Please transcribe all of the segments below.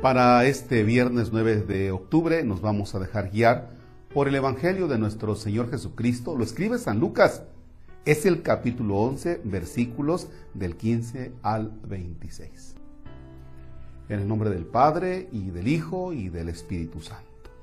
Para este viernes 9 de octubre nos vamos a dejar guiar por el Evangelio de nuestro Señor Jesucristo. Lo escribe San Lucas. Es el capítulo 11, versículos del 15 al 26. En el nombre del Padre, y del Hijo, y del Espíritu Santo.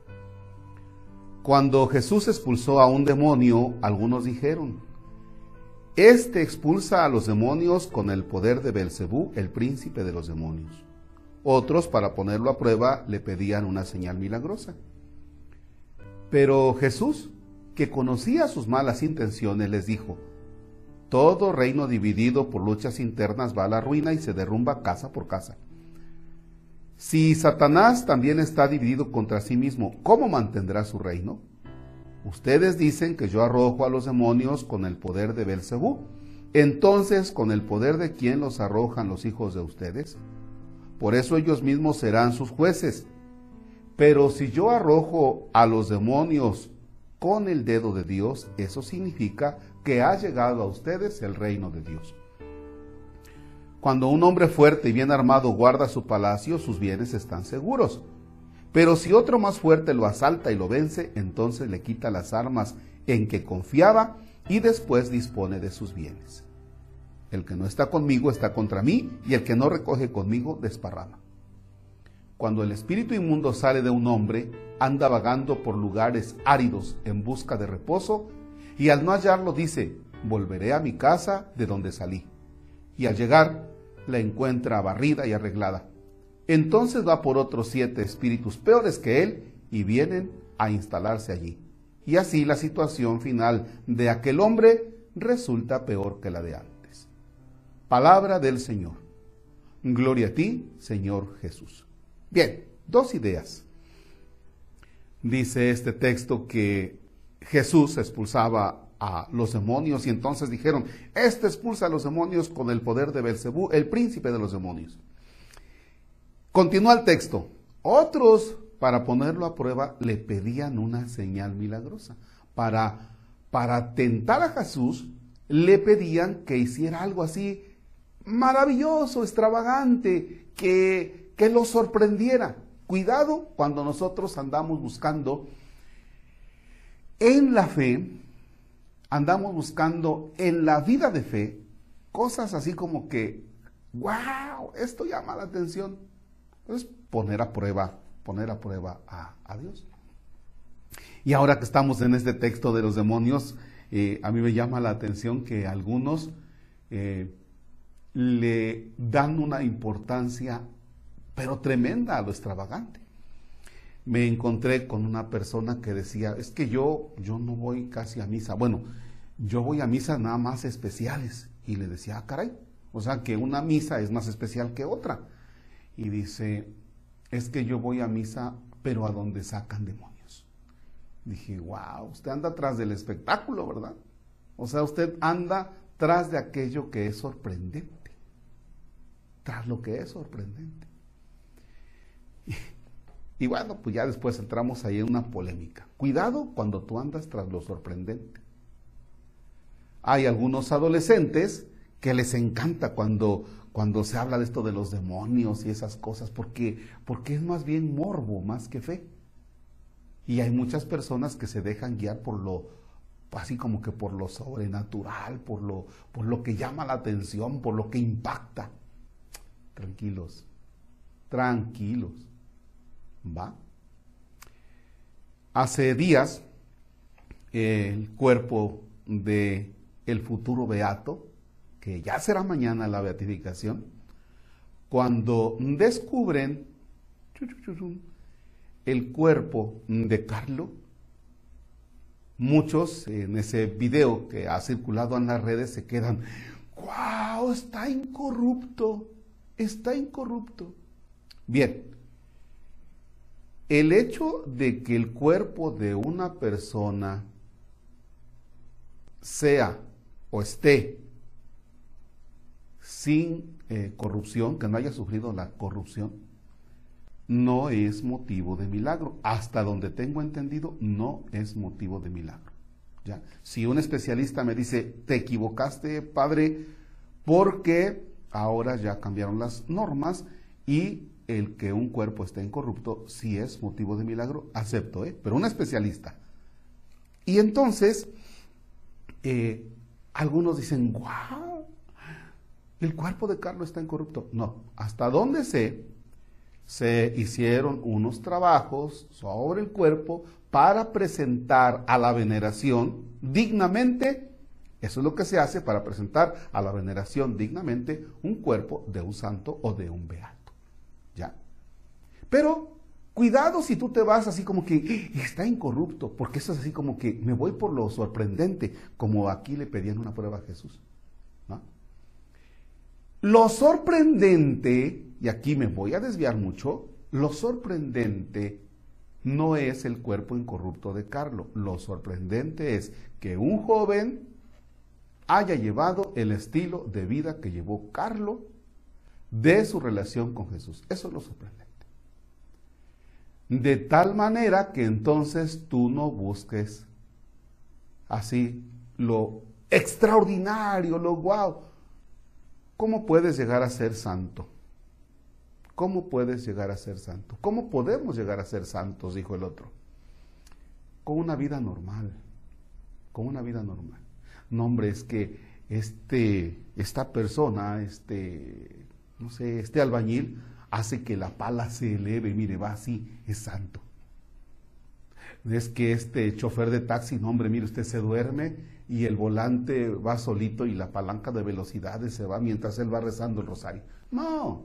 Cuando Jesús expulsó a un demonio, algunos dijeron: Este expulsa a los demonios con el poder de Beelzebú, el príncipe de los demonios. Otros, para ponerlo a prueba, le pedían una señal milagrosa. Pero Jesús, que conocía sus malas intenciones, les dijo: Todo reino dividido por luchas internas va a la ruina y se derrumba casa por casa. Si Satanás también está dividido contra sí mismo, ¿cómo mantendrá su reino? Ustedes dicen que yo arrojo a los demonios con el poder de Beelzebú. Entonces, ¿con el poder de quién los arrojan los hijos de ustedes? Por eso ellos mismos serán sus jueces. Pero si yo arrojo a los demonios con el dedo de Dios, eso significa que ha llegado a ustedes el reino de Dios. Cuando un hombre fuerte y bien armado guarda su palacio, sus bienes están seguros. Pero si otro más fuerte lo asalta y lo vence, entonces le quita las armas en que confiaba y después dispone de sus bienes. El que no está conmigo está contra mí, y el que no recoge conmigo desparrama. Cuando el espíritu inmundo sale de un hombre, anda vagando por lugares áridos en busca de reposo, y al no hallarlo dice: volveré a mi casa de donde salí. Y al llegar, la encuentra barrida y arreglada. Entonces va por otros 7 espíritus peores que él, y vienen a instalarse allí. Y así la situación final de aquel hombre resulta peor que la de antes. Palabra del Señor. Gloria a ti, Señor Jesús. Bien, 2 ideas. Dice este texto que Jesús expulsaba a los demonios y entonces dijeron: Este expulsa a los demonios con el poder de Beelzebú, el príncipe de los demonios. Continúa el texto. Otros, para ponerlo a prueba, le pedían una señal milagrosa. Para tentar a Jesús, le pedían que hiciera algo así maravilloso, extravagante, que lo sorprendiera. Cuidado cuando nosotros andamos buscando en la fe, andamos buscando en la vida de fe, cosas así como que, wow, esto llama la atención. Entonces, poner a prueba a Dios. Y ahora que estamos en este texto de los demonios, a mí me llama la atención que algunos le dan una importancia, pero tremenda, a lo extravagante. Me encontré con una persona que decía: es que yo no voy casi a misa. Bueno, yo voy a misas nada más especiales. Y le decía: caray, o sea que una misa es más especial que otra. Y dice: es que yo voy a misa, pero a donde sacan demonios. Dije: wow, usted anda tras del espectáculo, ¿verdad? O sea, usted anda tras de aquello que es sorprendente. Tras lo que es sorprendente. Y bueno, pues ya después entramos ahí en una polémica. Cuidado cuando tú andas tras lo sorprendente. Hay algunos adolescentes que les encanta cuando se habla de esto de los demonios y esas cosas, porque es más bien morbo más que fe. Y hay muchas personas que se dejan guiar por lo, así como que por lo sobrenatural, por lo que llama la atención, por lo que impacta. Tranquilos, ¿va? Hace días, el cuerpo de el futuro beato, que ya será mañana la beatificación, cuando descubren el cuerpo de Carlo, muchos en ese video que ha circulado en las redes se quedan: ¡wow! Está incorrupto. Bien, el hecho de que el cuerpo de una persona sea o esté sin corrupción, que no haya sufrido la corrupción, no es motivo de milagro. Hasta donde tengo entendido, no es motivo de milagro. ¿Ya? Si un especialista me dice: te equivocaste, padre, porque ahora ya cambiaron las normas y el que un cuerpo esté incorrupto, si es motivo de milagro, acepto, pero una especialista. Y entonces, algunos dicen, ¡guau! El cuerpo de Carlos está incorrupto. No, hasta donde se hicieron unos trabajos sobre el cuerpo para presentar a la veneración dignamente. Eso es lo que se hace para presentar a la veneración dignamente un cuerpo de un santo o de un beato. ¿Ya? Pero cuidado si tú te vas así como que está incorrupto, porque eso es así como que me voy por lo sorprendente, como aquí le pedían una prueba a Jesús, ¿no? Lo sorprendente, y aquí me voy a desviar mucho, lo sorprendente no es el cuerpo incorrupto de Carlos. Lo sorprendente es que un joven haya llevado el estilo de vida que llevó Carlos de su relación con Jesús. Eso es lo sorprendente. De tal manera que entonces tú no busques así lo extraordinario, lo guau. ¿Cómo puedes llegar a ser santo? ¿Cómo puedes llegar a ser santo? ¿Cómo podemos llegar a ser santos? Dijo el otro. Con una vida normal. Con una vida normal. No, hombre, es que esta persona, no sé, este albañil hace que la pala se eleve, mire, va así, es santo. Es que este chofer de taxi, no, hombre, mire, usted se duerme y el volante va solito y la palanca de velocidades se va mientras él va rezando el rosario. No.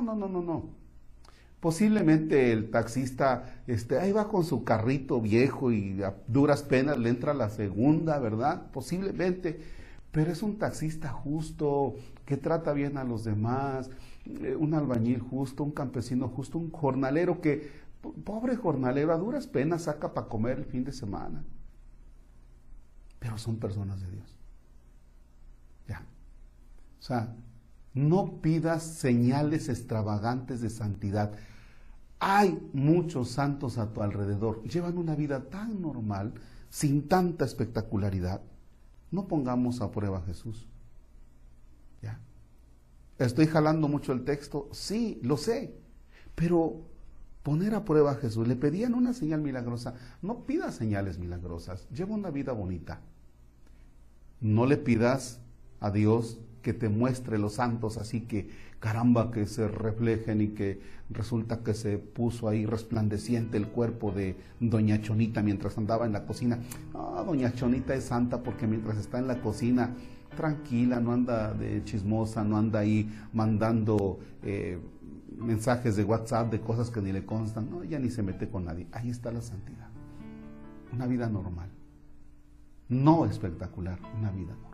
Posiblemente el taxista, ahí va con su carrito viejo y a duras penas le entra la segunda, ¿verdad? Posiblemente, pero es un taxista justo, que trata bien a los demás, un albañil justo, un campesino justo, un jornalero que, pobre jornalero, a duras penas saca para comer el fin de semana. Pero son personas de Dios. Ya. O sea, no pidas señales extravagantes de santidad. Hay muchos santos a tu alrededor. Llevan una vida tan normal, sin tanta espectacularidad. No pongamos a prueba a Jesús. ¿Ya? ¿Estoy jalando mucho el texto? Sí, lo sé. Pero poner a prueba a Jesús, le pedían una señal milagrosa. No pidas señales milagrosas. Lleva una vida bonita. No le pidas a Dios que te muestre los santos así que, caramba, que se reflejen y que resulta que se puso ahí resplandeciente el cuerpo de doña Chonita mientras andaba en la cocina. Ah, doña Chonita es santa porque mientras está en la cocina, tranquila, no anda de chismosa, no anda ahí mandando mensajes de WhatsApp de cosas que ni le constan. No, ella ni se mete con nadie. Ahí está la santidad. Una vida normal. No espectacular, una vida normal.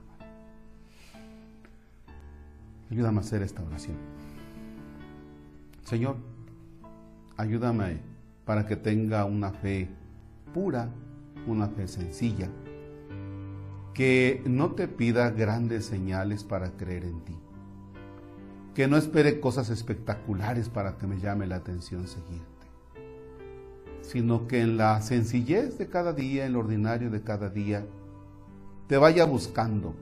Ayúdame a hacer esta oración. Señor, ayúdame para que tenga una fe pura, una fe sencilla, que no te pida grandes señales para creer en ti, que no espere cosas espectaculares para que me llame la atención seguirte, sino que en la sencillez de cada día, en lo ordinario de cada día, te vaya buscando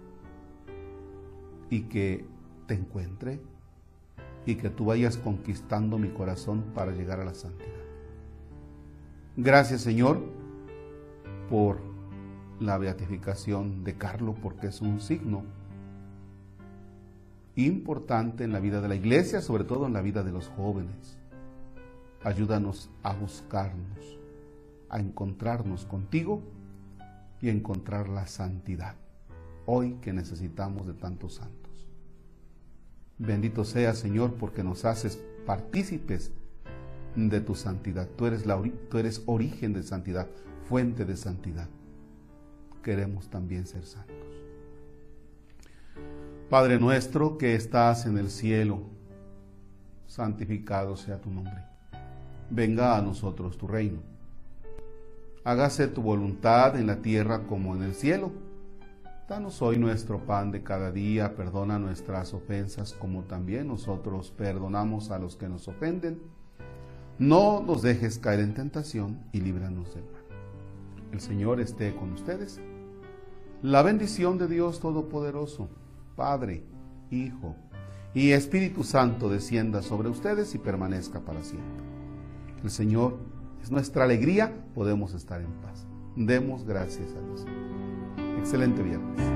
y que te encuentre y que tú vayas conquistando mi corazón para llegar a la santidad. Gracias, Señor, por la beatificación de Carlos, porque es un signo importante en la vida de la iglesia, sobre todo en la vida de los jóvenes. Ayúdanos a buscarnos, a encontrarnos contigo y a encontrar la santidad, hoy que necesitamos de tantos santos. Bendito seas, Señor, porque nos haces partícipes de tu santidad. Tú eres origen de santidad, fuente de santidad. Queremos también ser santos. Padre nuestro que estás en el cielo, santificado sea tu nombre. Venga a nosotros tu reino. Hágase tu voluntad en la tierra como en el cielo. Danos hoy nuestro pan de cada día, perdona nuestras ofensas como también nosotros perdonamos a los que nos ofenden. No nos dejes caer en tentación y líbranos del mal. El Señor esté con ustedes. La bendición de Dios Todopoderoso, Padre, Hijo y Espíritu Santo descienda sobre ustedes y permanezca para siempre. El Señor es nuestra alegría, podemos estar en paz. Demos gracias a Dios. Excelente viernes.